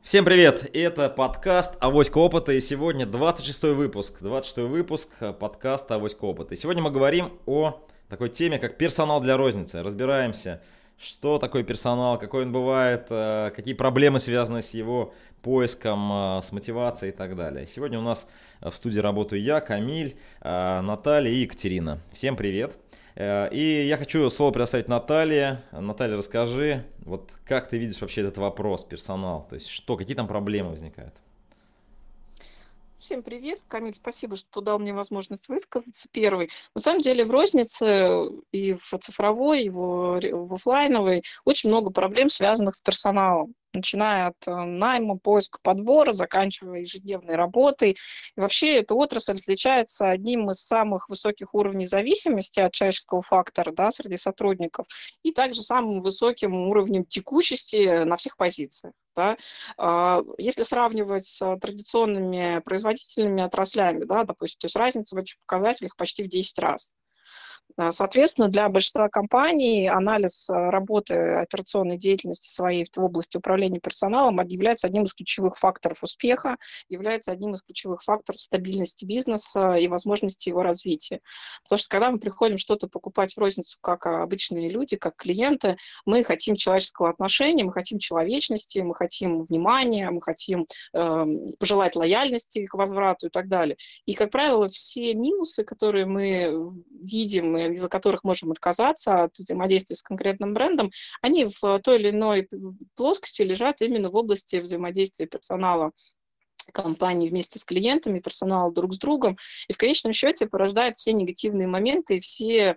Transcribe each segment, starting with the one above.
Всем привет! Это подкаст «Авоська опыта», и сегодня 26-й выпуск. 26-й выпуск подкаста «Авоська опыта». И сегодня мы говорим о такой теме, как персонал для розницы. Разбираемся, что такое персонал, какой он бывает, какие проблемы связаны с его поиском, с мотивацией и так далее. Сегодня у нас в студии работаю я, Камиль, Наталья и Екатерина. Всем привет! И я хочу слово предоставить Наталье. Наталья, расскажи, вот как ты видишь вообще этот вопрос, персонал? То есть что, какие там проблемы возникают? Всем привет, Камиль, спасибо, что дал мне возможность высказаться первый. На самом деле в рознице и в цифровой, и в оффлайновой очень много проблем, связанных с персоналом, начиная от найма, поиска, подбора, заканчивая ежедневной работой. И вообще эта отрасль отличается одним из самых высоких уровней зависимости от человеческого фактора, да, среди сотрудников, и также самым высоким уровнем текучести на всех позициях. Да. Если сравнивать с традиционными производительными отраслями, да, допустим, то есть разница в этих показателях почти в 10 раз. Соответственно, для большинства компаний анализ работы операционной деятельности своей в области управления персоналом является одним из ключевых факторов успеха, является одним из ключевых факторов стабильности бизнеса и возможности его развития. Потому что когда мы приходим что-то покупать в розницу, как обычные люди, как клиенты, мы хотим человеческого отношения, мы хотим человечности, мы хотим внимания, мы хотим пожелать лояльности к возврату и так далее. И, как правило, все минусы, которые мы видим, из-за которых можем отказаться от взаимодействия с конкретным брендом, они в той или иной плоскости лежат именно в области взаимодействия персонала компании вместе с клиентами, персонала друг с другом, и в конечном счете порождает все негативные моменты и все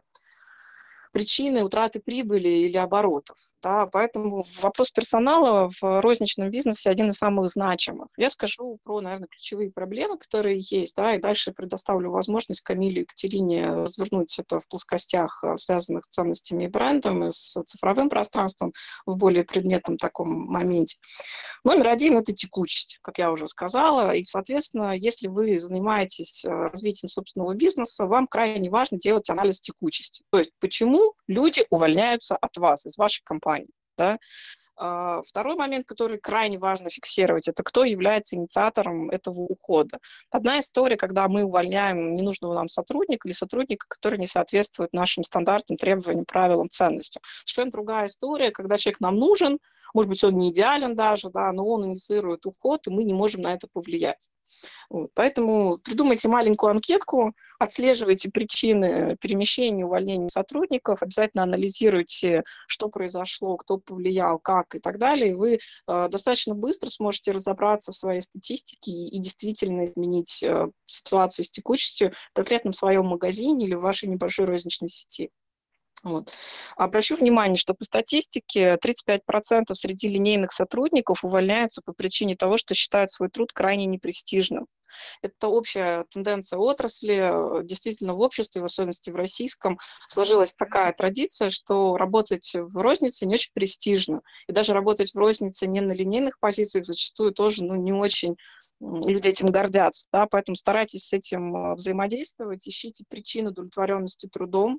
причины утраты прибыли или оборотов. Да, поэтому вопрос персонала в розничном бизнесе один из самых значимых. Я скажу про, наверное, ключевые проблемы, которые есть, да, и дальше предоставлю возможность Камиле и Екатерине развернуть это в плоскостях, связанных с ценностями и брендом, и с цифровым пространством в более предметном таком моменте. Номер один – это текучесть, как я уже сказала, и, соответственно, если вы занимаетесь развитием собственного бизнеса, вам крайне важно делать анализ текучести. То есть почему люди увольняются от вас, из вашей компании. Да? Второй момент, который крайне важно фиксировать, это кто является инициатором этого ухода. Одна история, когда мы увольняем ненужного нам сотрудника или сотрудника, который не соответствует нашим стандартам, требованиям, правилам, ценностям. Совершенно другая история, когда человек нам нужен, может быть, он не идеален даже, да, но он инициирует уход, и мы не можем на это повлиять. Вот. Поэтому придумайте маленькую анкетку, отслеживайте причины перемещения, увольнения сотрудников, обязательно анализируйте, что произошло, кто повлиял, как и так далее. И вы достаточно быстро сможете разобраться в своей статистике и действительно изменить ситуацию с текучестью в конкретном своем магазине или в вашей небольшой розничной сети. Вот. Обращу внимание, что по статистике 35% среди линейных сотрудников увольняются по причине того, что считают свой труд крайне непрестижным. Это общая тенденция отрасли. Действительно, в обществе, в особенности в российском, сложилась такая традиция, что работать в рознице не очень престижно. И даже работать в рознице не на линейных позициях зачастую тоже не очень люди этим гордятся. Да? Поэтому старайтесь с этим взаимодействовать, ищите причины удовлетворенности трудом.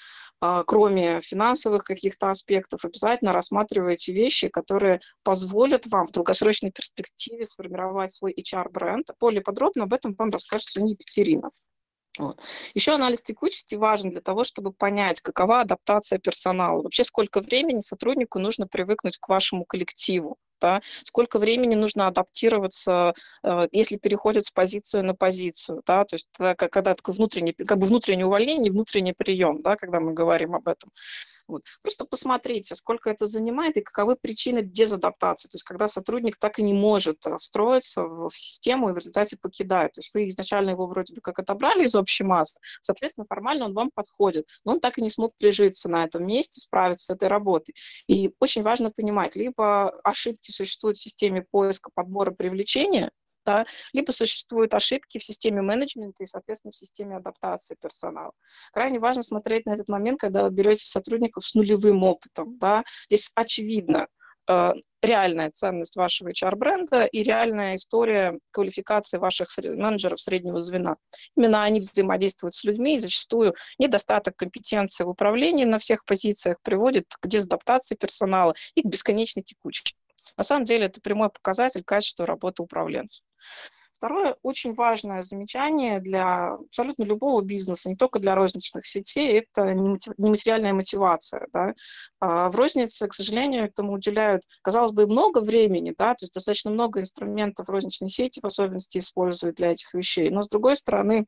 Кроме финансовых каких-то аспектов, обязательно рассматривайте вещи, которые позволят вам в долгосрочной перспективе сформировать свой HR-бренд. Более подробно об этом вам расскажет сегодня Екатерина. Вот. Еще анализ текучести важен для того, чтобы понять, какова адаптация персонала. Вообще, сколько времени сотруднику нужно привыкнуть к вашему коллективу. Да? Сколько времени нужно адаптироваться, если переходит с позиции на позицию. Да? То есть когда такое внутреннее увольнение, внутренний прием, да, когда мы говорим об этом. Вот. Просто посмотрите, сколько это занимает и каковы причины дезадаптации. То есть когда сотрудник так и не может встроиться в систему и в результате покидает. То есть вы изначально его вроде бы как отобрали из общей массы, соответственно, формально он вам подходит, но он так и не смог прижиться на этом месте, справиться с этой работой. И очень важно понимать, либо ошибки существуют в системе поиска, подбора, привлечения, да, либо существуют ошибки в системе менеджмента и, соответственно, в системе адаптации персонала. Крайне важно смотреть на этот момент, когда вы берете сотрудников с нулевым опытом. Да. Здесь очевидно реальная ценность вашего HR-бренда и реальная история квалификации ваших менеджеров среднего звена. Именно они взаимодействуют с людьми, и зачастую недостаток компетенции в управлении на всех позициях приводит к дезадаптации персонала и к бесконечной текучке. На самом деле это прямой показатель качества работы управленцев. Второе очень важное замечание для абсолютно любого бизнеса, не только для розничных сетей, это нематериальная мотивация. Да. В рознице, к сожалению, этому уделяют, казалось бы, много времени, да, то есть достаточно много инструментов розничной сети в особенности используют для этих вещей. Но, с другой стороны,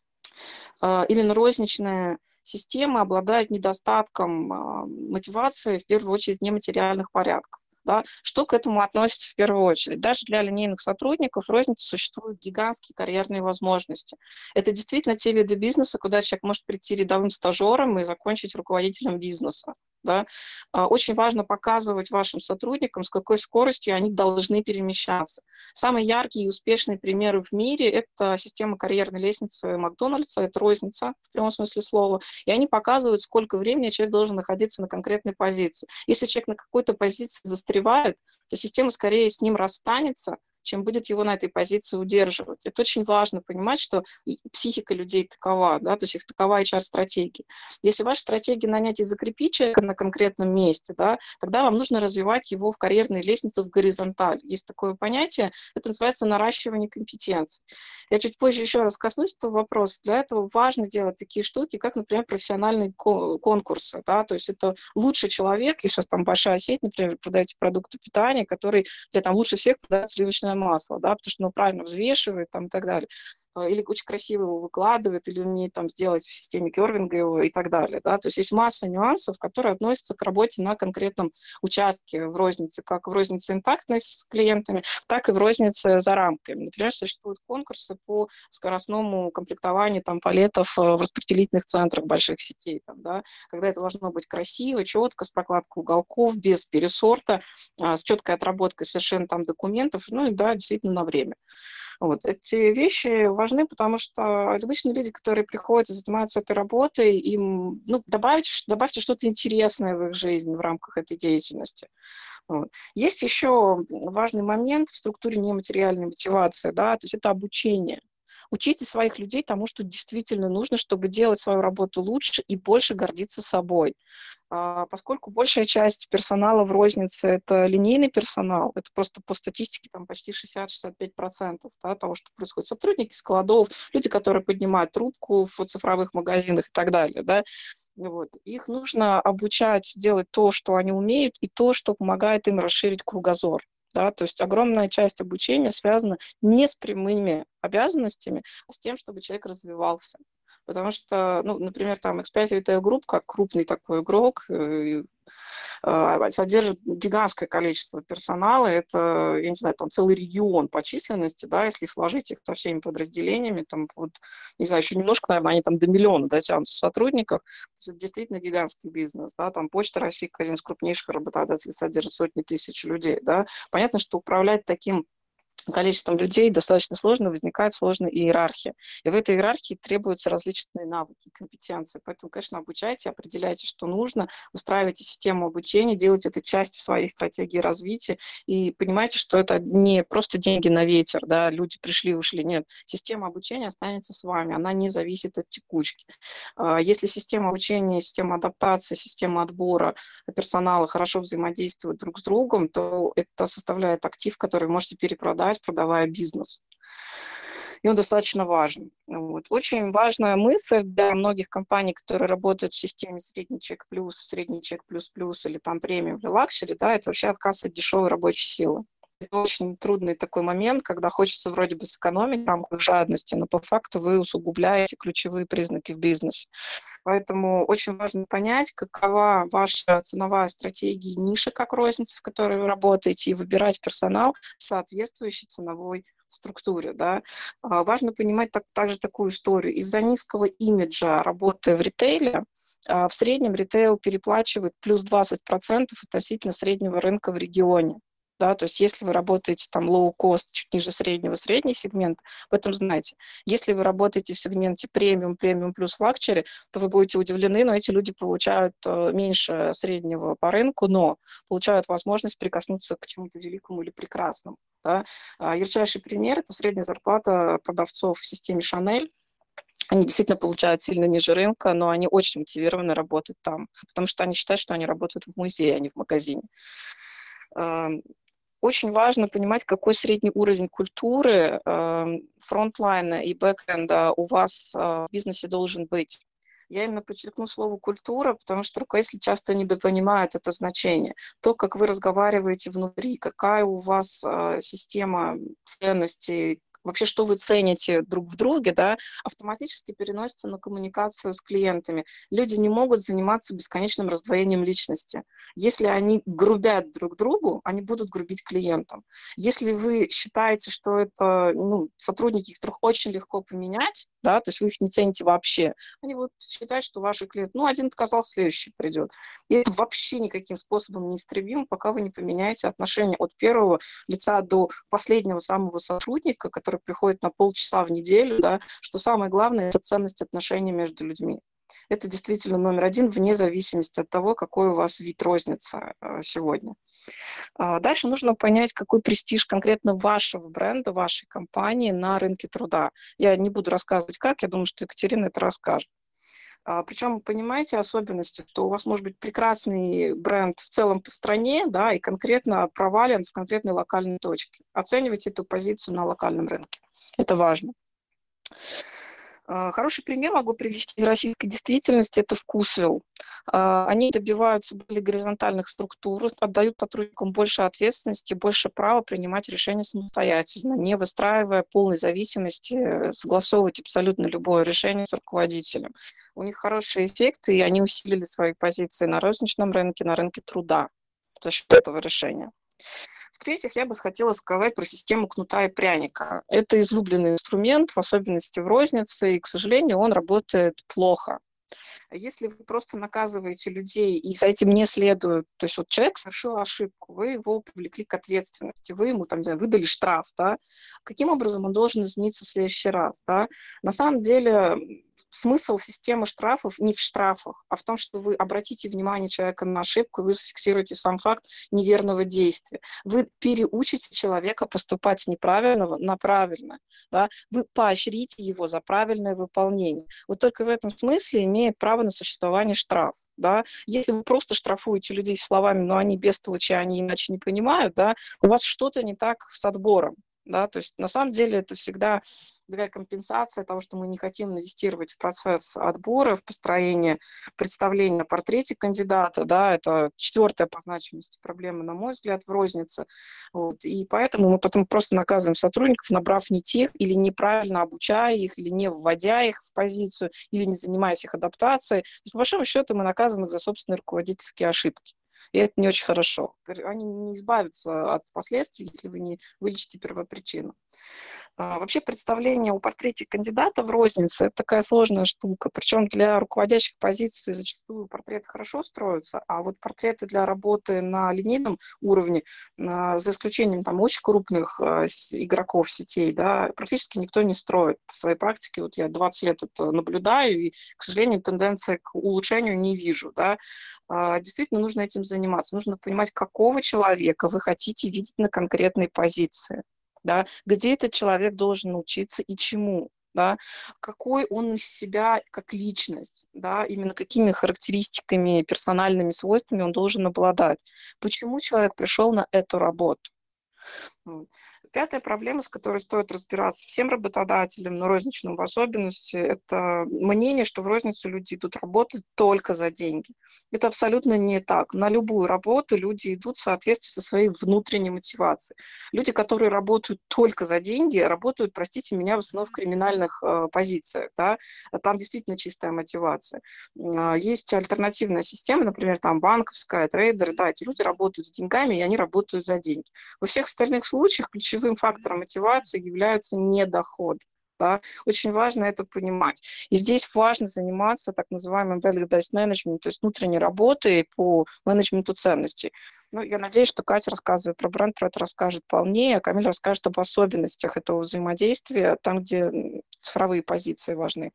именно розничная система обладает недостатком мотивации, в первую очередь, нематериальных порядков. Да? Что к этому относится в первую очередь? Даже для линейных сотрудников в рознице существуют гигантские карьерные возможности. Это действительно те виды бизнеса, куда человек может прийти рядовым стажером и закончить руководителем бизнеса. Да? Очень важно показывать вашим сотрудникам, с какой скоростью они должны перемещаться. Самые яркие и успешные примеры в мире – это система карьерной лестницы Макдональдса, это розница в прямом смысле слова, и они показывают, сколько времени человек должен находиться на конкретной позиции. Если человек на какой-то позиции застревает, то система скорее с ним расстанется, чем будет его на этой позиции удерживать. Это очень важно понимать, что психика людей такова, да, то есть их такова HR-стратегия. Если ваша стратегия нанять и закрепить человека на конкретном месте, да, тогда вам нужно развивать его в карьерной лестнице в горизонталь. Есть такое понятие, это называется наращивание компетенций. Я чуть позже еще раз коснусь этого вопроса. Для этого важно делать такие штуки, как, например, профессиональные конкурсы, да, то есть это лучший человек, если там большая сеть, например, продаете продукты питания, где там лучше всех продают сливочное масло, да, потому что оно правильно взвешивает там, и так далее. Или очень красиво его выкладывает, или умеет там сделать в системе кервинга его и так далее. Да? То есть есть масса нюансов, которые относятся к работе на конкретном участке в рознице, как в рознице интактной с клиентами, так и в рознице за рамками. Например, существуют конкурсы по скоростному комплектованию там, палетов в распределительных центрах больших сетей, там, да? Когда это должно быть красиво, четко, с прокладкой уголков, без пересорта, с четкой отработкой совершенно там документов, ну и да, действительно на время. Вот. Эти вещи важны, потому что обычные люди, которые приходят и занимаются этой работой, им добавьте что-то интересное в их жизнь в рамках этой деятельности. Вот. Есть еще важный момент в структуре нематериальной мотивации, да, то есть это обучение. Учите своих людей тому, что действительно нужно, чтобы делать свою работу лучше и больше гордиться собой. Поскольку большая часть персонала в рознице – это линейный персонал, это просто по статистике там почти 60-65%, да, того, что происходит. Сотрудники складов, люди, которые поднимают трубку в цифровых магазинах и так далее. Да. Вот. Их нужно обучать делать то, что они умеют, и то, что помогает им расширить кругозор. Да, то есть огромная часть обучения связана не с прямыми обязанностями, а с тем, чтобы человек развивался. Потому что, ну, например, там X5 Retail Group, как крупный такой игрок, содержит гигантское количество персонала. Это, я не знаю, там целый регион по численности, да, если сложить их со всеми подразделениями, там, вот, не знаю, еще немножко, наверное, они там до миллиона дотянутся сотрудников. Это действительно гигантский бизнес, да, там Почта России, один из крупнейших работодателей, содержит сотни тысяч людей, да. Понятно, что управлять таким количеством людей достаточно сложно, возникает сложная иерархия. И в этой иерархии требуются различные навыки, компетенции. Поэтому, конечно, обучайте, определяйте, что нужно, устраивайте систему обучения, делайте это частью своей стратегии развития и понимайте, что это не просто деньги на ветер, да, люди пришли, ушли. Нет, система обучения останется с вами, она не зависит от текучки. Если система обучения, система адаптации, система отбора персонала хорошо взаимодействуют друг с другом, то это составляет актив, который вы можете перепродать, продавая бизнес. И он достаточно важен. Вот. Очень важная мысль для многих компаний, которые работают в системе средний чек плюс, средний чек плюс-плюс или там премиум или лакшери, да, это вообще отказ от дешевой рабочей силы. Это очень трудный такой момент, когда хочется вроде бы сэкономить в рамках жадности, но по факту вы усугубляете ключевые признаки в бизнесе. Поэтому очень важно понять, какова ваша ценовая стратегия ниши как розницы, в которой вы работаете, и выбирать персонал, соответствующий ценовой структуре. Да. Важно понимать также такую историю. Из-за низкого имиджа работы в ритейле в среднем ритейл переплачивает плюс 20% относительно среднего рынка в регионе. Да, то есть если вы работаете там low-cost, чуть ниже среднего, средний сегмент, в этом знаете. Если вы работаете в сегменте премиум, премиум плюс лакчери, то вы будете удивлены, но эти люди получают меньше среднего по рынку, но получают возможность прикоснуться к чему-то великому или прекрасному. Да. Ярчайший пример – это средняя зарплата продавцов в системе Chanel. Они действительно получают сильно ниже рынка, но они очень мотивированы работать там, потому что они считают, что они работают в музее, а не в магазине. Очень важно понимать, какой средний уровень культуры фронтлайна и бэкэнда у вас в бизнесе должен быть. Я именно подчеркну слово «культура», потому что руководители часто недопонимают это значение. То, как вы разговариваете внутри, какая у вас система ценностей, вообще, что вы цените друг в друге, да, автоматически переносится на коммуникацию с клиентами. Люди не могут заниматься бесконечным раздвоением личности. Если они грубят друг другу, они будут грубить клиентам. Если вы считаете, что это сотрудники, которых очень легко поменять, да, то есть вы их не цените вообще, они будут считать, что ваши клиенты, один отказался, следующий придет. И это вообще никаким способом не истребимо, пока вы не поменяете отношения от первого лица до последнего самого сотрудника, который приходит на полчаса в неделю, да, что самое главное – это ценность отношений между людьми. Это действительно номер один, вне зависимости от того, какой у вас вид розницы сегодня. Дальше нужно понять, какой престиж конкретно вашего бренда, вашей компании на рынке труда. Я не буду рассказывать как, я думаю, что Екатерина это расскажет. Причем понимаете особенности, что у вас может быть прекрасный бренд в целом по стране, да, и конкретно провален в конкретной локальной точке. Оценивайте эту позицию на локальном рынке. Это важно. Хороший пример могу привести из российской действительности – это Вкусвилл. Они добиваются более горизонтальных структур, отдают сотрудникам больше ответственности, больше права принимать решения самостоятельно, не выстраивая полной зависимости, согласовывать абсолютно любое решение с руководителем. У них хорошие эффекты, и они усилили свои позиции на розничном рынке, на рынке труда за счет этого решения. В-третьих, я бы хотела сказать про систему кнута и пряника. Это излюбленный инструмент, в особенности в рознице, и, к сожалению, он работает плохо. Если вы просто наказываете людей, и за этим не следует, то есть человек совершил ошибку, вы его привлекли к ответственности, вы ему выдали штраф, да, каким образом он должен измениться в следующий раз, да? На самом деле смысл системы штрафов не в штрафах, а в том, что вы обратите внимание человека на ошибку, вы зафиксируете сам факт неверного действия. Вы переучите человека поступать с неправильного на правильное, да? Вы поощрите его за правильное выполнение. Вот только в этом смысле имеет право на существование штраф. Да? Если вы просто штрафуете людей словами, но они бестолочи, они иначе не понимают, да, у вас что-то не так с отбором. Да? То есть на самом деле это всегда такая компенсация того, что мы не хотим инвестировать в процесс отбора, в построение представления о портрете кандидата. Да? Это четвертая по значимости проблема, на мой взгляд, в рознице. Вот. И поэтому мы потом просто наказываем сотрудников, набрав не тех, или неправильно обучая их, или не вводя их в позицию, или не занимаясь их адаптацией. То есть, по большому счету, мы наказываем их за собственные руководительские ошибки. И это не очень хорошо. Они не избавятся от последствий, если вы не вылечите первопричину. Вообще представление о портрете кандидата в рознице – это такая сложная штука. Причем для руководящих позиций зачастую портреты хорошо строятся, а вот портреты для работы на линейном уровне, за исключением очень крупных игроков сетей, да, практически никто не строит. По своей практике, вот я 20 лет это наблюдаю, и, к сожалению, тенденции к улучшению не вижу. Да. Действительно нужно этим заниматься. Нужно понимать, какого человека вы хотите видеть на конкретной позиции. Да, где этот человек должен учиться и чему, да, какой он из себя как личность, да, именно какими характеристиками, персональными свойствами он должен обладать, почему человек пришел на эту работу. Пятая проблема, с которой стоит разбираться всем работодателям, но розничным в особенности, это мнение, что в розницу люди идут работать только за деньги. Это абсолютно не так. На любую работу люди идут в соответствии со своей внутренней мотивацией. Люди, которые работают только за деньги, работают, простите меня, в основном в криминальных позициях. Да? Там действительно чистая мотивация. Есть альтернативная система, например, там банковская, трейдеры. Да, эти люди работают с деньгами, и они работают за деньги. Во всех остальных случаях ключевым фактором мотивации являются недоходы. Да? Очень важно это понимать. И здесь важно заниматься так называемым value-based management, то есть внутренней работой по менеджменту ценностей. Я надеюсь, что Катя, рассказывая про бренд, про это расскажет полнее, а Камиль расскажет об особенностях этого взаимодействия, там, где цифровые позиции важны.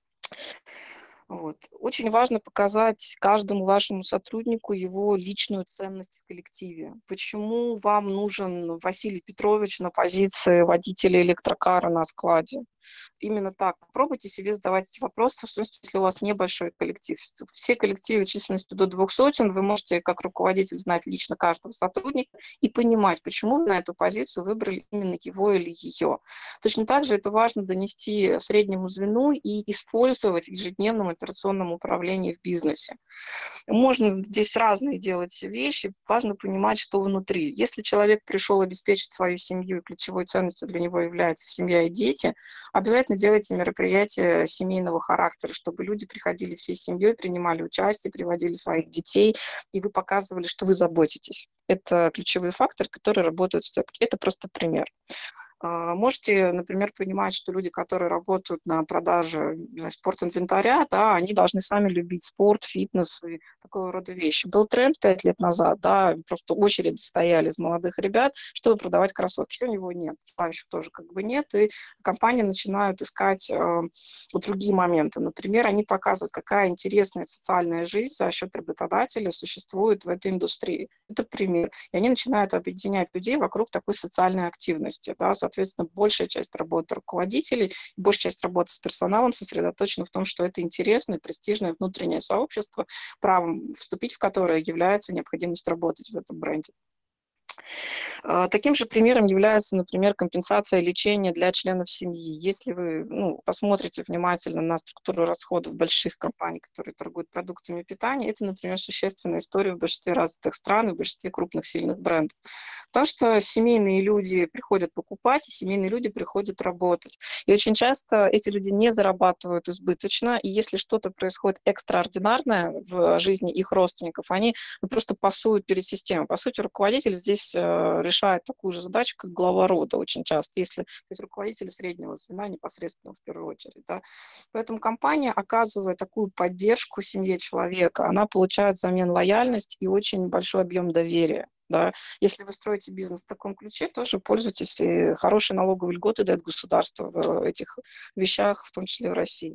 Вот. Очень важно показать каждому вашему сотруднику его личную ценность в коллективе. Почему вам нужен Василий Петрович на позиции водителя электрокара на складе? именно так. Попробуйте себе задавать эти вопросы, в частности, если у вас небольшой коллектив. Все коллективы численностью до 200 вы можете как руководитель знать лично каждого сотрудника и понимать, почему вы на эту позицию выбрали именно его или ее. Точно так же это важно донести среднему звену и использовать в ежедневном операционном управлении в бизнесе. Можно здесь разные делать вещи, важно понимать, что внутри. Если человек пришел обеспечить свою семью, и ключевой ценностью для него является семья и дети, обязательно делайте мероприятия семейного характера, чтобы люди приходили всей семьей, принимали участие, приводили своих детей, и вы показывали, что вы заботитесь. Это ключевой фактор, который работает в цепке. Это просто пример. Можете, например, понимать, что люди, которые работают на продаже спортинвентаря, да, они должны сами любить спорт, фитнес и такого рода вещи. Был тренд 5 лет назад, да, просто очереди стояли из молодых ребят, чтобы продавать кроссовки. Сегодня его нет, желающих тоже как бы нет, и компании начинают искать другие моменты. Например, они показывают, какая интересная социальная жизнь за счет работодателя существует в этой индустрии. Это пример. И они начинают объединять людей вокруг такой социальной активности, да, соответственно, большая часть работы руководителей, большая часть работы с персоналом сосредоточена в том, что это интересное, престижное внутреннее сообщество, правом вступить в которое является необходимость работать в этом бренде. Таким же примером является, например, компенсация лечения для членов семьи. Если вы посмотрите внимательно на структуру расходов больших компаний, которые торгуют продуктами питания, это, например, существенная история в большинстве развитых стран и в большинстве крупных сильных брендов. Потому что семейные люди приходят покупать, и семейные люди приходят работать. И очень часто эти люди не зарабатывают избыточно, и если что-то происходит экстраординарное в жизни их родственников, они просто пасуют перед системой. По сути, руководитель здесь решает такую же задачу, как глава рода очень часто, если то есть руководитель среднего звена непосредственно в первую очередь. Да. Поэтому компания, оказывая такую поддержку семье человека, она получает взамен лояльность и очень большой объем доверия. Да. Если вы строите бизнес в таком ключе, тоже пользуйтесь, и хорошие налоговые льготы дает государство в этих вещах, в том числе в России.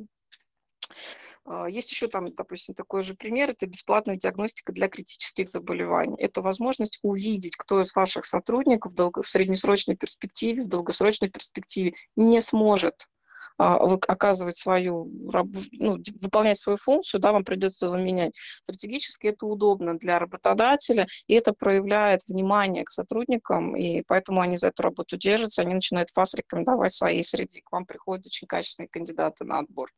Есть еще там, допустим, такой же пример, это бесплатная диагностика для критических заболеваний. Это возможность увидеть, кто из ваших сотрудников в среднесрочной перспективе, в долгосрочной перспективе не сможет оказывать выполнять свою функцию, да, вам придется его менять. Стратегически это удобно для работодателя, и это проявляет внимание к сотрудникам, и поэтому они за эту работу держатся, они начинают вас рекомендовать в своей среде, к вам приходят очень качественные кандидаты на отбор.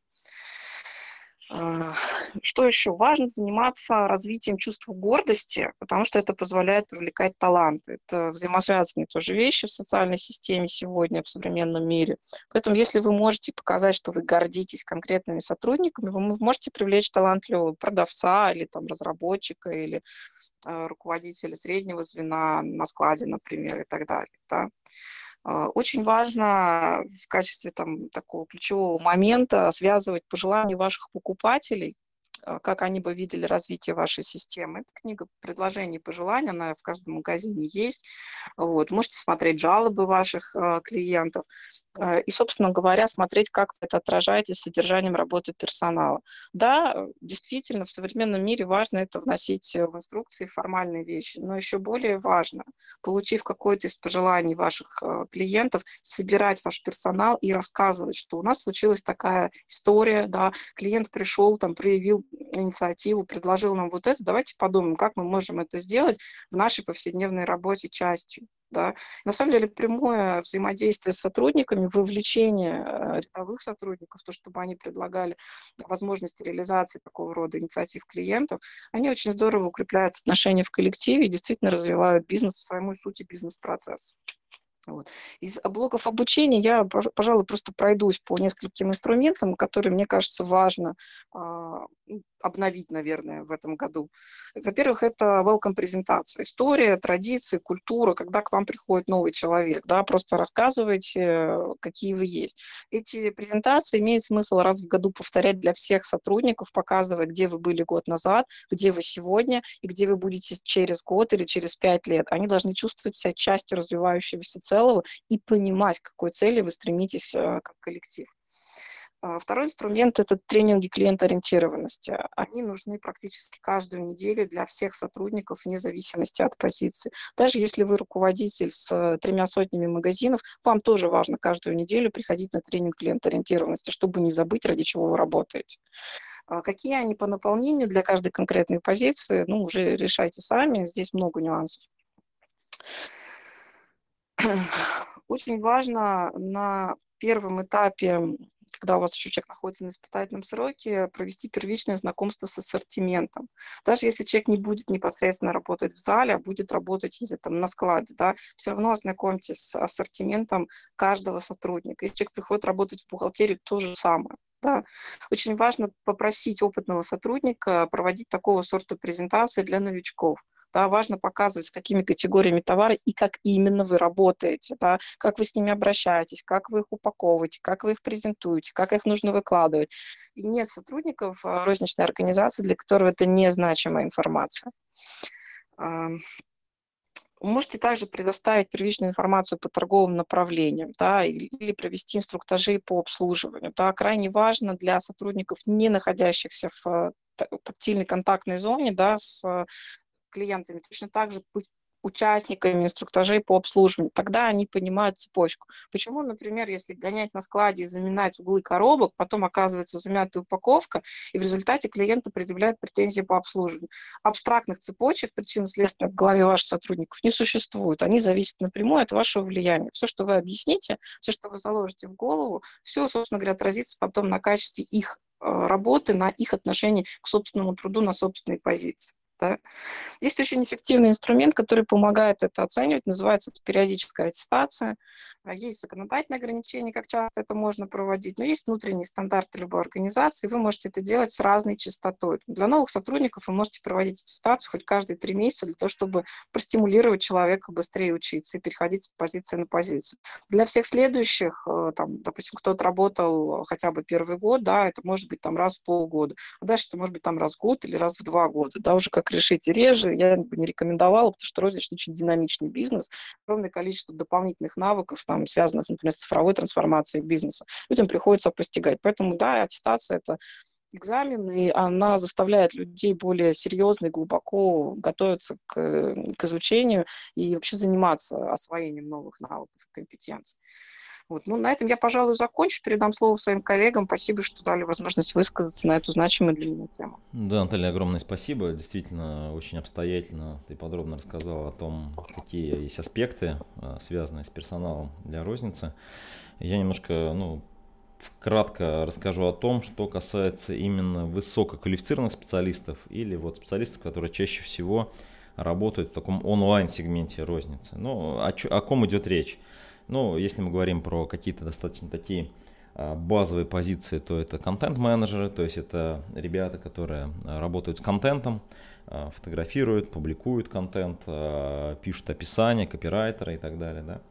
Что еще? Важно заниматься развитием чувства гордости, потому что это позволяет привлекать таланты. Это взаимосвязанные тоже вещи в социальной системе сегодня, в современном мире. Поэтому если вы можете показать, что вы гордитесь конкретными сотрудниками, вы можете привлечь талантливого продавца или там, разработчика, или руководителя среднего звена на складе, например, и так далее. Да? Очень важно в качестве такого ключевого момента связывать пожелания ваших покупателей, как они бы видели развитие вашей системы. Это книга предложений и пожеланий, она в каждом магазине есть. Вот. Можете смотреть жалобы ваших клиентов и, собственно говоря, смотреть, как вы это отражаете с содержанием работы персонала. Да, действительно, в современном мире важно это вносить в инструкции формальные вещи, но еще более важно, получив какое-то из пожеланий ваших клиентов, собирать ваш персонал и рассказывать, что у нас случилась такая история, да, клиент пришел, проявил инициативу, предложил нам вот это, давайте подумаем, как мы можем это сделать в нашей повседневной работе частью. Да. На самом деле прямое взаимодействие с сотрудниками, вовлечение рядовых сотрудников, то, чтобы они предлагали возможности реализации такого рода инициатив клиентов, они очень здорово укрепляют отношения в коллективе и действительно развивают бизнес в самой сути бизнес-процесса. Вот. Из блоков обучения я, пожалуй, просто пройдусь по нескольким инструментам, которые, мне кажется, важно обновить, наверное, в этом году. Во-первых, это welcome-презентация. История, традиции, культура, когда к вам приходит новый человек. Да, просто рассказывайте, какие вы есть. Эти презентации имеет смысл раз в году повторять для всех сотрудников, показывая, где вы были год назад, где вы сегодня и где вы будете через год или через 5 лет. Они должны чувствовать себя частью развивающегося целого и понимать, к какой цели вы стремитесь как коллектив. Второй инструмент – это тренинги клиентоориентированности. Они нужны практически каждую неделю для всех сотрудников вне зависимости от позиции. Даже если вы руководитель с 300 магазинов, вам тоже важно каждую неделю приходить на тренинг клиентоориентированности, чтобы не забыть, ради чего вы работаете. Какие они по наполнению для каждой конкретной позиции, уже решайте сами, здесь много нюансов. Очень важно на первом этапе, когда у вас еще человек находится на испытательном сроке, провести первичное знакомство с ассортиментом. Даже если человек не будет непосредственно работать в зале, а будет работать на складе, да, все равно ознакомьтесь с ассортиментом каждого сотрудника. Если человек приходит работать в бухгалтерию, то же самое. Да. Очень важно попросить опытного сотрудника проводить такого сорта презентации для новичков. Да, важно показывать, с какими категориями товара и как именно вы работаете, да, как вы с ними обращаетесь, как вы их упаковываете, как вы их презентуете, как их нужно выкладывать. И нет сотрудников розничной организации, для которых это незначимая информация. Можете также предоставить первичную информацию по торговым направлениям, да, или провести инструктажи по обслуживанию. Да. Крайне важно для сотрудников, не находящихся в тактильной контактной зоне, да, с клиентами, точно так же быть участниками инструктажей по обслуживанию. Тогда они понимают цепочку. Почему, например, если гонять на складе и заминать углы коробок, потом оказывается замятая упаковка, и в результате клиенты предъявляют претензии по обслуживанию. Абстрактных цепочек причинно-следственных в голове ваших сотрудников не существует. Они зависят напрямую от вашего влияния. Все, что вы объясните, все, что вы заложите в голову, все, собственно говоря, отразится потом на качестве их работы, на их отношении к собственному труду, на собственной позиции. Да. Есть очень эффективный инструмент, который помогает это оценивать, называется это периодическая аттестация. Есть законодательные ограничения, как часто это можно проводить, но есть внутренние стандарты любой организации, вы можете это делать с разной частотой. Для новых сотрудников вы можете проводить аттестацию хоть каждые 3 месяца для того, чтобы простимулировать человека быстрее учиться и переходить с позиции на позицию. Для всех следующих, допустим, кто-то работал хотя бы первый год, да, это может быть раз в полгода, а дальше это может быть раз в год или раз в 2 года, да, уже как решите. Реже я бы не рекомендовала, потому что розничный очень динамичный бизнес, огромное количество дополнительных навыков, связанных, например, с цифровой трансформацией бизнеса. Людям приходится постигать. Поэтому, да, аттестация – это экзамен, и она заставляет людей более серьезно и глубоко готовиться к изучению и вообще заниматься освоением новых навыков и компетенций. На этом я, пожалуй, закончу. Передам слово своим коллегам. Спасибо, что дали возможность высказаться на эту значимую для меня тему. Да, Наталья, огромное спасибо. Действительно, очень обстоятельно ты подробно рассказала о том, какие есть аспекты, связанные с персоналом для розницы. Я немножко, кратко расскажу о том, что касается именно высококвалифицированных специалистов или специалистов, которые чаще всего работают в таком онлайн-сегменте розницы. О ком идет речь? Если мы говорим про какие-то достаточно такие базовые позиции, то это контент-менеджеры, то есть это ребята, которые работают с контентом, фотографируют, публикуют контент, пишут описание, копирайтеры и так далее. Да?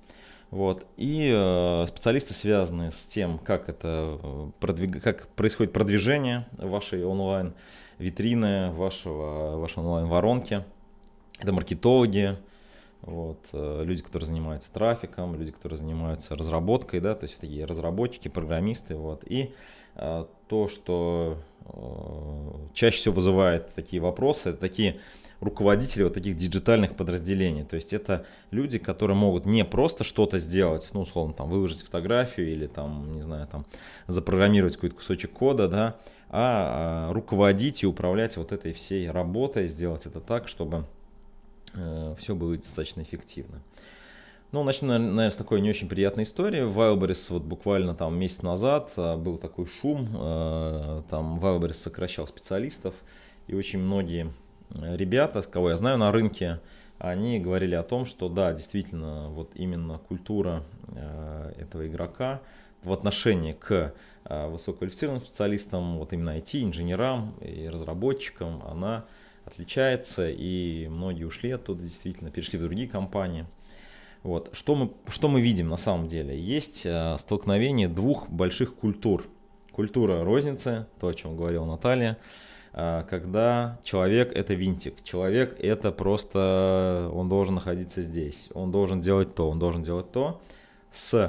И специалисты, связанные с тем, как происходит продвижение вашей онлайн-витрины, вашей онлайн-воронки. Это маркетологи, люди, которые занимаются трафиком, люди, которые занимаются разработкой, да, то есть такие разработчики, программисты, И то, что чаще всего вызывает такие вопросы, это такие руководители таких диджитальных подразделений. То есть это люди, которые могут не просто что-то сделать, условно, выложить фотографию или запрограммировать какой-то кусочек кода, да, а руководить и управлять этой всей работой, сделать это так, чтобы все было достаточно эффективно. Начну, наверное, с такой не очень приятной истории. В Wildberries буквально месяц назад был такой шум. Wildberries сокращал специалистов. И очень многие ребята, кого я знаю на рынке, они говорили о том, что да, действительно, именно культура этого игрока в отношении к высококвалифицированным специалистам, именно IT-инженерам и разработчикам, она отличается, и многие ушли оттуда, действительно, перешли в другие компании. Что мы видим на самом деле? Есть столкновение двух больших культур. Культура розницы, то, о чем говорила Наталья, когда человек – это винтик, человек – это просто, он должен находиться здесь, он должен делать то, с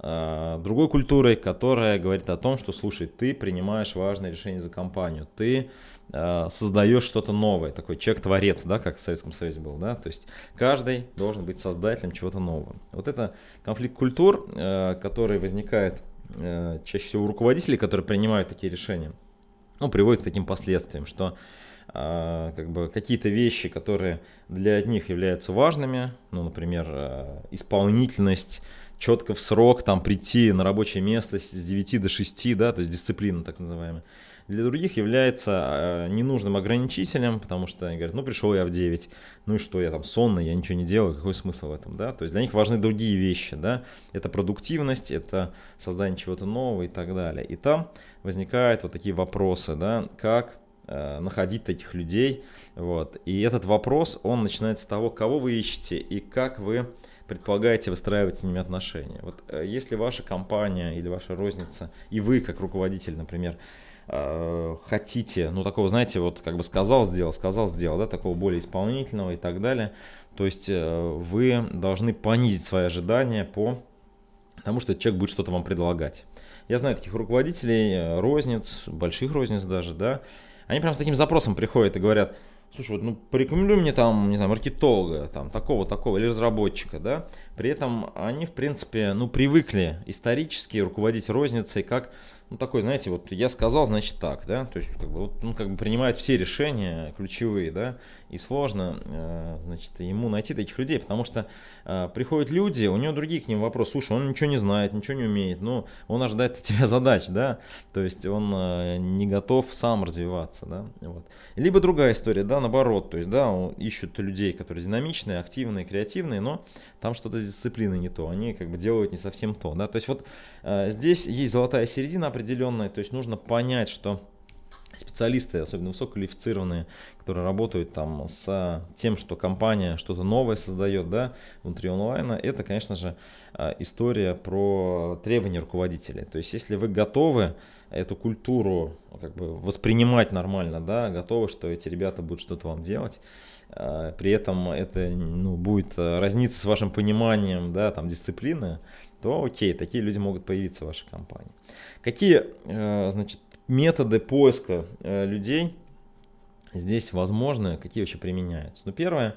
другой культурой, которая говорит о том, что, слушай, ты принимаешь важные решения за компанию, ты создаешь что-то новое, такой человек-творец, да, как в Советском Союзе был, да, то есть каждый должен быть создателем чего-то нового. Вот это конфликт культур, который возникает чаще всего у руководителей, которые принимают такие решения, ну, приводит к таким последствиям, что как бы какие-то вещи, которые для них являются важными, ну, например, исполнительность, четко в срок там прийти на рабочее место с 9 до 6, да, то есть дисциплина так называемая, для других является ненужным ограничителем, потому что они говорят, ну пришел я в 9, ну и что, я там сонный, я ничего не делаю, какой смысл в этом, да, то есть для них важны другие вещи, да, это продуктивность, это создание чего-то нового и так далее, и там возникают вот такие вопросы, да, как находить таких людей, вот, и этот вопрос, он начинается с того, кого вы ищете и как вы предполагаете выстраивать с ними отношения. Вот если ваша компания или ваша розница, и вы как руководитель, например, хотите, ну такого, знаете, вот как бы сказал, сделал, да, такого более исполнительного и так далее, то есть вы должны понизить свои ожидания по тому, что этот человек будет что-то вам предлагать. Я знаю таких руководителей, розниц, больших розниц даже, да, они прям с таким запросом приходят и говорят, слушай, вот, ну, порекомендуй мне там, не знаю, маркетолога, там, такого, или разработчика, да. При этом они, в принципе, ну, привыкли исторически руководить розницей как, ну, такой, знаете, вот я сказал, значит так, да. То есть, как бы, вот, ну, как бы принимают все решения ключевые, да. И сложно, значит, ему найти таких людей, потому что приходят люди, у него другие к ним вопросы. Слушай, он ничего не знает, ничего не умеет, ну, он ожидает от тебя задач, да. То есть, он не готов сам развиваться, да. Вот. Либо другая история, да, наоборот, то есть, да, ищут людей, которые динамичные, активные, креативные, но там что-то с дисциплиной не то, они как бы делают не совсем то, да, то есть вот здесь есть золотая середина определенная, то есть нужно понять, что специалисты, особенно высококвалифицированные, которые работают там с тем, что компания что-то новое создает, да, внутри онлайна, это, конечно же, история про требования руководителей. То есть, если вы готовы эту культуру как бы воспринимать нормально, да, готовы, что эти ребята будут что-то вам делать, при этом это, ну, будет разниться с вашим пониманием, да, там, дисциплины, то окей, такие люди могут появиться в вашей компании. Какие, значит, методы поиска людей здесь возможны, какие вообще применяются? Ну, первое,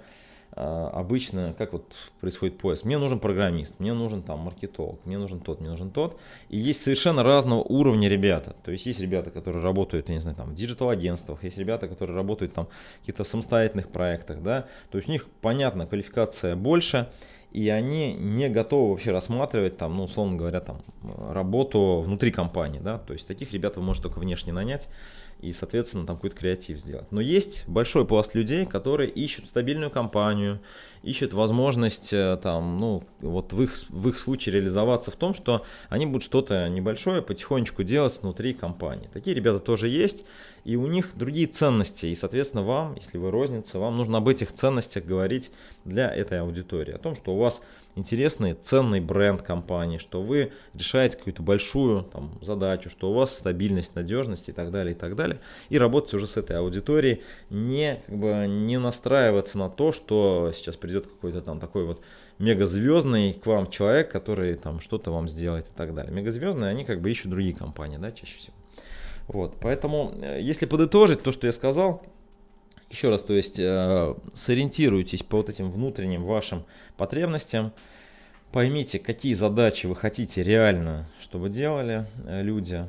обычно, как вот происходит поиск? Мне нужен программист, мне нужен там маркетолог, мне нужен тот, мне нужен тот. И есть совершенно разного уровня ребята. То есть есть ребята, которые работают, я не знаю, там в диджитал-агентствах, есть ребята, которые работают там в каких-то самостоятельных проектах, да. То есть у них, понятно, квалификация больше, и они не готовы вообще рассматривать там, ну, условно говоря, там, работу внутри компании, да, то есть таких ребят вы можете только внешне нанять и, соответственно, там какой-то креатив сделать. Но есть большой пласт людей, которые ищут стабильную компанию, ищут возможность там, ну, вот в их случае реализоваться в том, что они будут что-то небольшое потихонечку делать внутри компании. Такие ребята тоже есть, и у них другие ценности, и, соответственно, вам, если вы розница, вам нужно об этих ценностях говорить для этой аудитории, о том, что у вас интересный, ценный бренд компании, что вы решаете какую-то большую там задачу, что у вас стабильность, надежность и так далее, и работать уже с этой аудиторией, не, как бы, не настраиваться на то, что сейчас придет какой-то там такой вот мегазвездный к вам человек, который там что-то вам сделает и так далее. Мегазвездные, они как бы ищут другие компании, да, чаще всего. Вот, поэтому, если подытожить то, что я сказал, еще раз, то есть сориентируйтесь по вот этим внутренним вашим потребностям, поймите, какие задачи вы хотите реально, чтобы делали люди,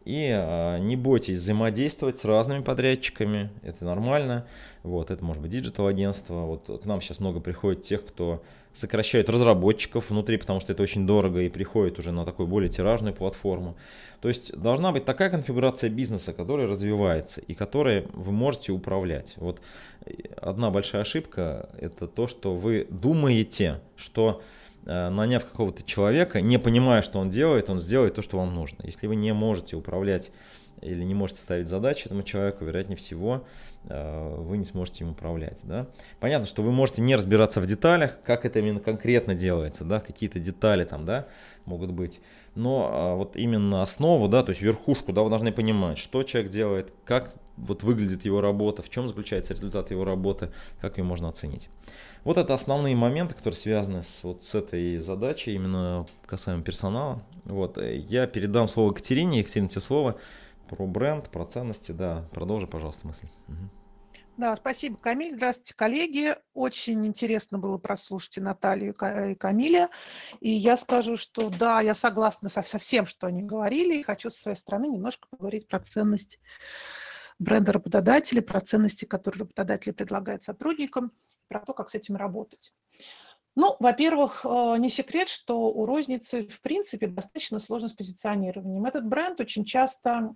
и не бойтесь взаимодействовать с разными подрядчиками, это нормально, вот, это может быть диджитал-агентство, вот к нам сейчас много приходит тех, кто сокращают разработчиков внутри, потому что это очень дорого и приходит уже на такую более тиражную платформу. То есть должна быть такая конфигурация бизнеса, которая развивается и которой вы можете управлять. Вот одна большая ошибка – это то, что вы думаете, что наняв какого-то человека, не понимая, что он сделает то, что вам нужно. Если вы не можете управлять или не можете ставить задачи этому человеку, вероятнее всего, вы не сможете им управлять. Да? Понятно, что вы можете не разбираться в деталях, как это именно конкретно делается, да? Какие-то детали там, да, могут быть. Но вот именно основу, да, то есть верхушку, да, вы должны понимать, что человек делает, как вот выглядит его работа, в чем заключается результат его работы, как ее можно оценить. Вот это основные моменты, которые связаны с этой задачей, именно касаемо персонала. Вот, я передам слово Екатерине. Екатерина, тебе слово про бренд, про ценности. Да, продолжи, пожалуйста, мысль. Мгм. Да, спасибо, Камиль. Здравствуйте, коллеги. Очень интересно было прослушать и Наталью, и Камиля. И я скажу, что да, я согласна со всем, что они говорили, и хочу со своей стороны немножко поговорить про ценность бренда работодателя, про ценности, которые работодатели предлагают сотрудникам, про то, как с этим работать. Ну, во-первых, не секрет, что у розницы, в принципе, достаточно сложно с позиционированием. Этот бренд очень часто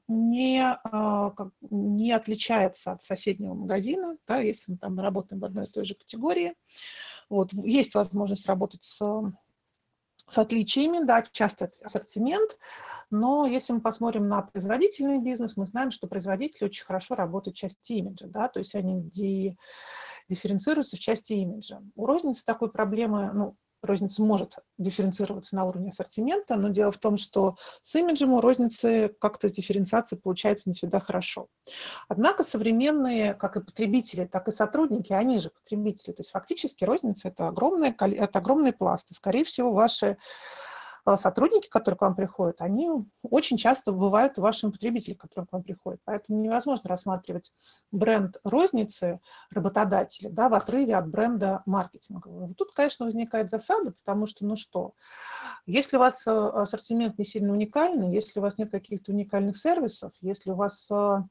не отличается от соседнего магазина, да, если мы там работаем в одной и той же категории. Вот, есть возможность работать с отличиями, да, часто это ассортимент, но если мы посмотрим на производительный бизнес, мы знаем, что производители очень хорошо работают в части имиджа, да, то есть они дифференцируются в части имиджа. У розницы такой проблемы, ну, розница может дифференцироваться на уровне ассортимента, но дело в том, что с имиджем у розницы как-то с дифференциацией получается не всегда хорошо. Однако современные, как и потребители, так и сотрудники, они же потребители. То есть фактически розница – это огромный пласт. И, скорее всего, ваши сотрудники, которые к вам приходят, они очень часто бывают вашими потребителями, которые к вам приходят. Поэтому невозможно рассматривать бренд розницы работодателя, да, в отрыве от бренда маркетингового. Тут, конечно, возникает засада, потому что, ну что, если у вас ассортимент не сильно уникальный, если у вас нет каких-то уникальных сервисов, если у вас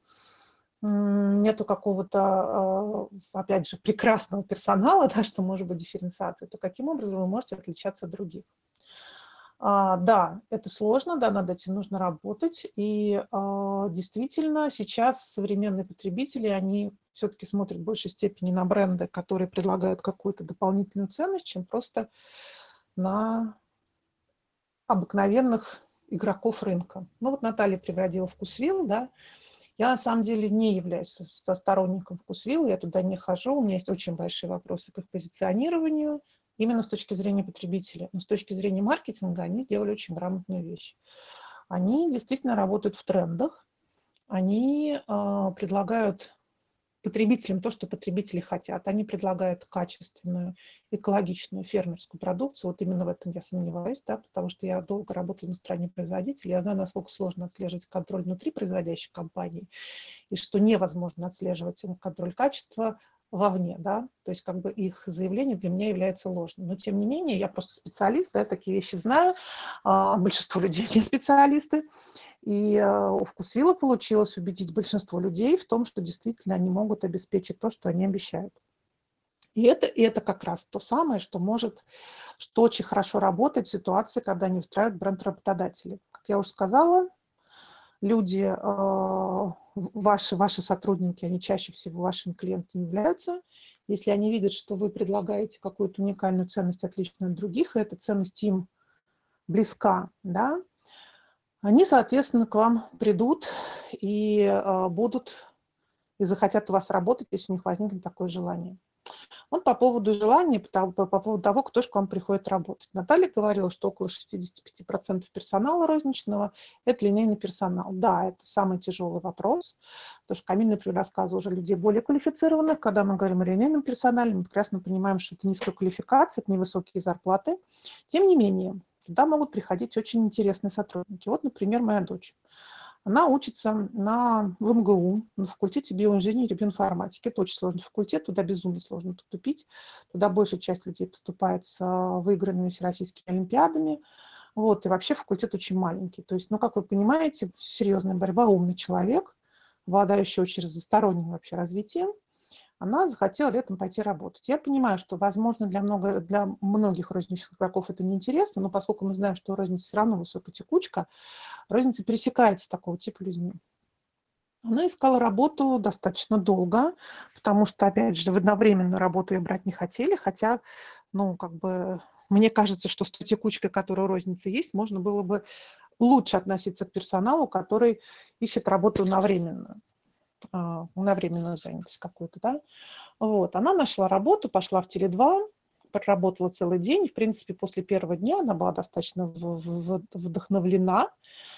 нету какого-то, опять же, прекрасного персонала, да, что может быть дифференциация, то каким образом вы можете отличаться от других? Да, это сложно, да, над этим нужно работать. И действительно, сейчас современные потребители, они все-таки смотрят в большей степени на бренды, которые предлагают какую-то дополнительную ценность, чем просто на обыкновенных игроков рынка. Ну вот Наталья приводила Вкусвилл, да. Я на самом деле не являюсь сторонником Вкусвилла, я туда не хожу, у меня есть очень большие вопросы к их позиционированию, именно с точки зрения потребителя. Но с точки зрения маркетинга они сделали очень грамотную вещь. Они действительно работают в трендах, они предлагают потребителям то, что потребители хотят. Они предлагают качественную, экологичную фермерскую продукцию. Вот именно в этом я сомневаюсь, да, потому что я долго работала на стороне производителей. Я знаю, насколько сложно отслеживать контроль внутри производящей компании, и что невозможно отслеживать контроль качества вовне, да, то есть как бы их заявление для меня является ложным. Но тем не менее, я просто специалист, да, такие вещи знаю, большинство людей не специалисты, и у Вкусвилла получилось убедить большинство людей в том, что действительно они могут обеспечить то, что они обещают. И это как раз то самое, что очень хорошо работает в ситуации, когда они устраивают бренд работодателей. Как я уже сказала, люди, ваши сотрудники, они чаще всего вашими клиентами являются. Если они видят, что вы предлагаете какую-то уникальную ценность, отличную от других, и эта ценность им близка, да, они, соответственно, к вам придут и и захотят у вас работать, если у них возникнет такое желание. Вот по поводу желания, по поводу того, кто же к вам приходит работать. Наталья говорила, что около 65% персонала розничного – это линейный персонал. Да, это самый тяжелый вопрос, потому что Камиль, например, рассказывал уже людей более квалифицированных. Когда мы говорим о линейном персонале, мы прекрасно понимаем, что это низкая квалификация, это невысокие зарплаты. Тем не менее, туда могут приходить очень интересные сотрудники. Вот, например, моя дочь. Она учится в МГУ, на факультете биоинженерии и биоинформатики. Это очень сложный факультет, туда безумно сложно поступить. Туда большая часть людей поступает с выигранными всероссийскими олимпиадами. Вот, и вообще факультет очень маленький. То есть, ну, как вы понимаете, серьезная борьба, умный человек, обладающий очень разносторонним вообще развитием, она захотела летом пойти работать. Я понимаю, что, возможно, для многих розничных игроков это неинтересно, но поскольку мы знаем, что у розницы все равно высокая текучка, розница пересекается с такого типа людьми. Она искала работу достаточно долго, потому что, опять же, в одновременную работу ее брать не хотели, хотя, ну, как бы, мне кажется, что с той текучкой, которая у розницы есть, можно было бы лучше относиться к персоналу, который ищет работу на временную занятость какую-то, да. Вот, она нашла работу, пошла в Теле2, проработала целый день. В принципе, после первого дня она была достаточно вдохновлена.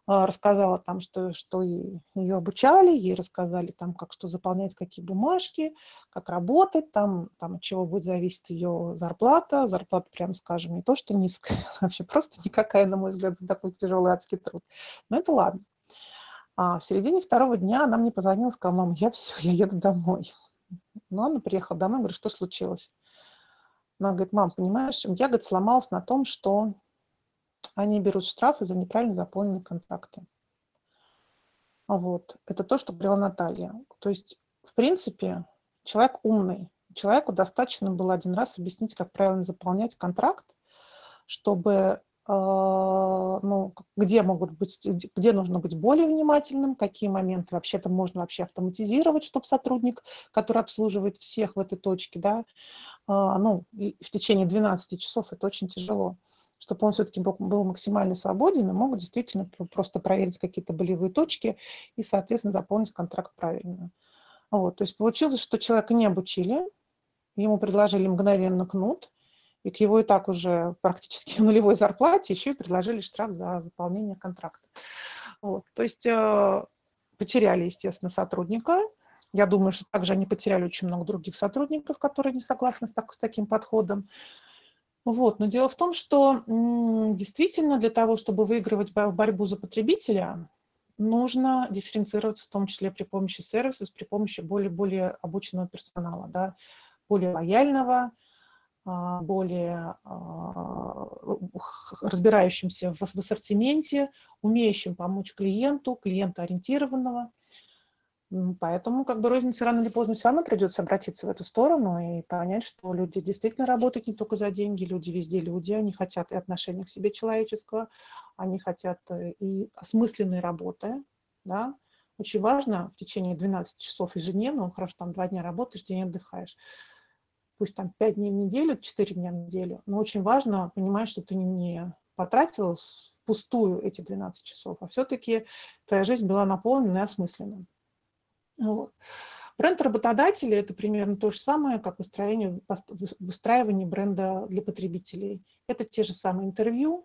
рассказала там, что ее обучали, ей рассказали там, как что заполнять, какие бумажки, как работать, там от чего будет зависеть ее зарплата. Зарплата, прямо скажем, не то, что низкая, вообще просто никакая, на мой взгляд, за такой тяжелый адский труд. Но это ладно. А в середине второго дня она мне позвонила, сказала: мам, я все, я еду домой. Ну, она приехала домой, говорю, что случилось? Она говорит: мам, понимаешь, я, говорит, сломалась на том, что они берут штрафы за неправильно заполненные контракты. Вот. Это то, что говорила Наталья. То есть, в принципе, человек умный. Человеку достаточно было один раз объяснить, как правильно заполнять контракт, чтобы где нужно быть более внимательным, какие моменты вообще-то можно вообще автоматизировать, чтобы сотрудник, который обслуживает всех в этой точке, да, и в течение 12 часов это очень тяжело, чтобы он все-таки был максимально свободен и мог действительно просто проверить какие-то болевые точки и, соответственно, заполнить контракт правильно. Вот. То есть получилось, что человека не обучили, ему предложили мгновенно кнут, и к его и так уже практически нулевой зарплате еще и предложили штраф за заполнение контракта. Вот. То есть потеряли, естественно, сотрудника. Я думаю, что также они потеряли очень много других сотрудников, которые не согласны с таким подходом. Вот. Но дело в том, что действительно для того, чтобы выигрывать борьбу за потребителя, нужно дифференцироваться, в том числе при помощи сервисов, при помощи более обученного персонала, да, более лояльного, более разбирающимся в ассортименте, умеющим помочь клиенту, клиентоориентированного. Поэтому рознице рано или поздно все равно придется обратиться в эту сторону и понять, что люди действительно работают не только за деньги, люди везде люди, они хотят и отношения к себе человеческого, они хотят и осмысленной работы, да. Очень важно в течение 12 часов ежедневно, хорошо, там 2 дня работаешь, день отдыхаешь, пусть там 5 дней в неделю, 4 дня в неделю, но очень важно понимать, что ты не потратил впустую эти 12 часов, а все-таки твоя жизнь была наполнена и осмыслена. Вот. Бренд работодателя – это примерно то же самое, как выстраивание бренда для потребителей. Это те же самые интервью,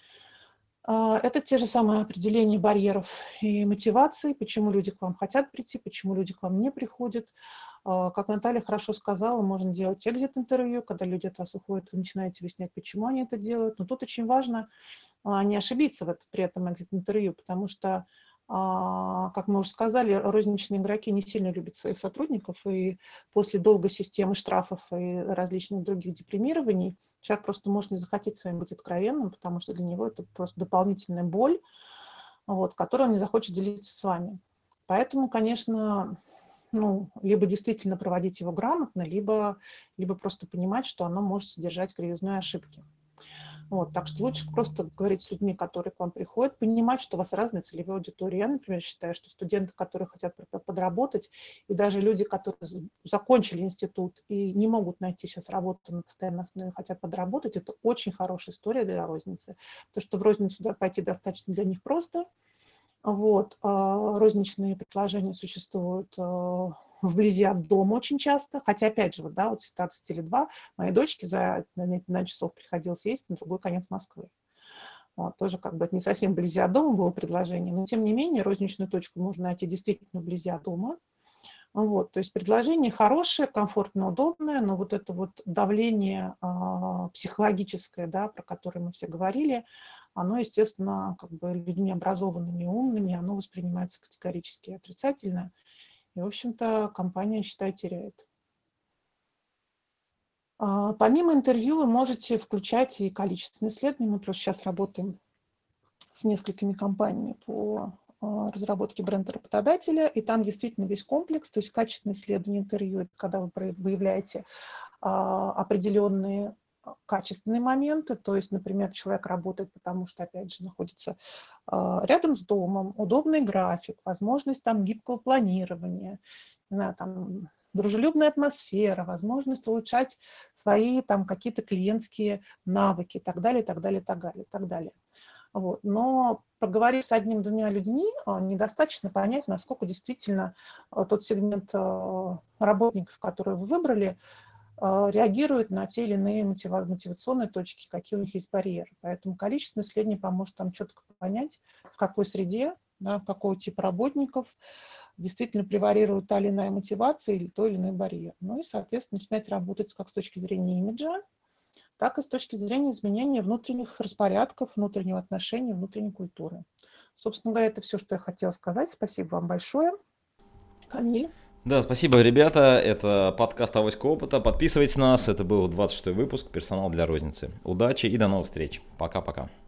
это те же самые определения барьеров и мотиваций, почему люди к вам хотят прийти, почему люди к вам не приходят. Как Наталья хорошо сказала, можно делать экзит-интервью, когда люди от вас уходят, вы начинаете выяснять, почему они это делают. Но тут очень важно не ошибиться при этом экзит-интервью, потому что, как мы уже сказали, розничные игроки не сильно любят своих сотрудников, и после долгой системы штрафов и различных других депримирований человек просто может не захотеть с вами быть откровенным, потому что для него это просто дополнительная боль, которую он не захочет делиться с вами. Поэтому, конечно, либо действительно проводить его грамотно, либо просто понимать, что оно может содержать кривизну и ошибки. Так что лучше просто говорить с людьми, которые к вам приходят, понимать, что у вас разная целевая аудитория. Я, например, считаю, что студенты, которые хотят подработать, и даже люди, которые закончили институт и не могут найти сейчас работу на постоянной основе, хотят подработать, это очень хорошая история для розницы. Потому что в розницу пойти достаточно для них просто. Розничные предложения существуют вблизи от дома очень часто, хотя, опять же, ситуация с Теле2, моей дочке за 12 часов приходилось ездить на другой конец Москвы. Тоже это не совсем вблизи от дома было предложение, но, тем не менее, розничную точку можно найти действительно вблизи от дома. То есть предложение хорошее, комфортно, удобное, но это давление психологическое, про которое мы все говорили, оно, естественно, людьми образованными и умными, оно воспринимается категорически отрицательно. И, в общем-то, компания, считай, теряет. Помимо интервью вы можете включать и количественные исследования. Мы просто сейчас работаем с несколькими компаниями по разработки бренда работодателя, и там действительно весь комплекс, то есть качественное исследование интервью, это когда вы выявляете определенные качественные моменты, то есть, например, человек работает, потому что, опять же, находится рядом с домом, удобный график, возможность гибкого планирования, дружелюбная атмосфера, возможность улучшать свои какие-то клиентские навыки и так далее, и так далее, и так далее, и так далее. Но проговорив с одним-двумя людьми, недостаточно понять, насколько действительно тот сегмент работников, который вы выбрали, реагируют на те или иные мотивационные точки, какие у них есть барьеры. Поэтому количественное исследование поможет там четко понять, в какой среде, да, какого типа работников действительно превалирует та или иная мотивация или той или иной барьер. Ну и, соответственно, начинать работать как с точки зрения имиджа, так и с точки зрения изменения внутренних распорядков, внутреннего отношения, внутренней культуры. Собственно говоря, это все, что я хотела сказать. Спасибо вам большое. Камиль. Да, спасибо, ребята. Это подкаст «Авоська опыта». Подписывайтесь на нас. Это был 26-й выпуск «Персонал для розницы». Удачи и до новых встреч. Пока-пока.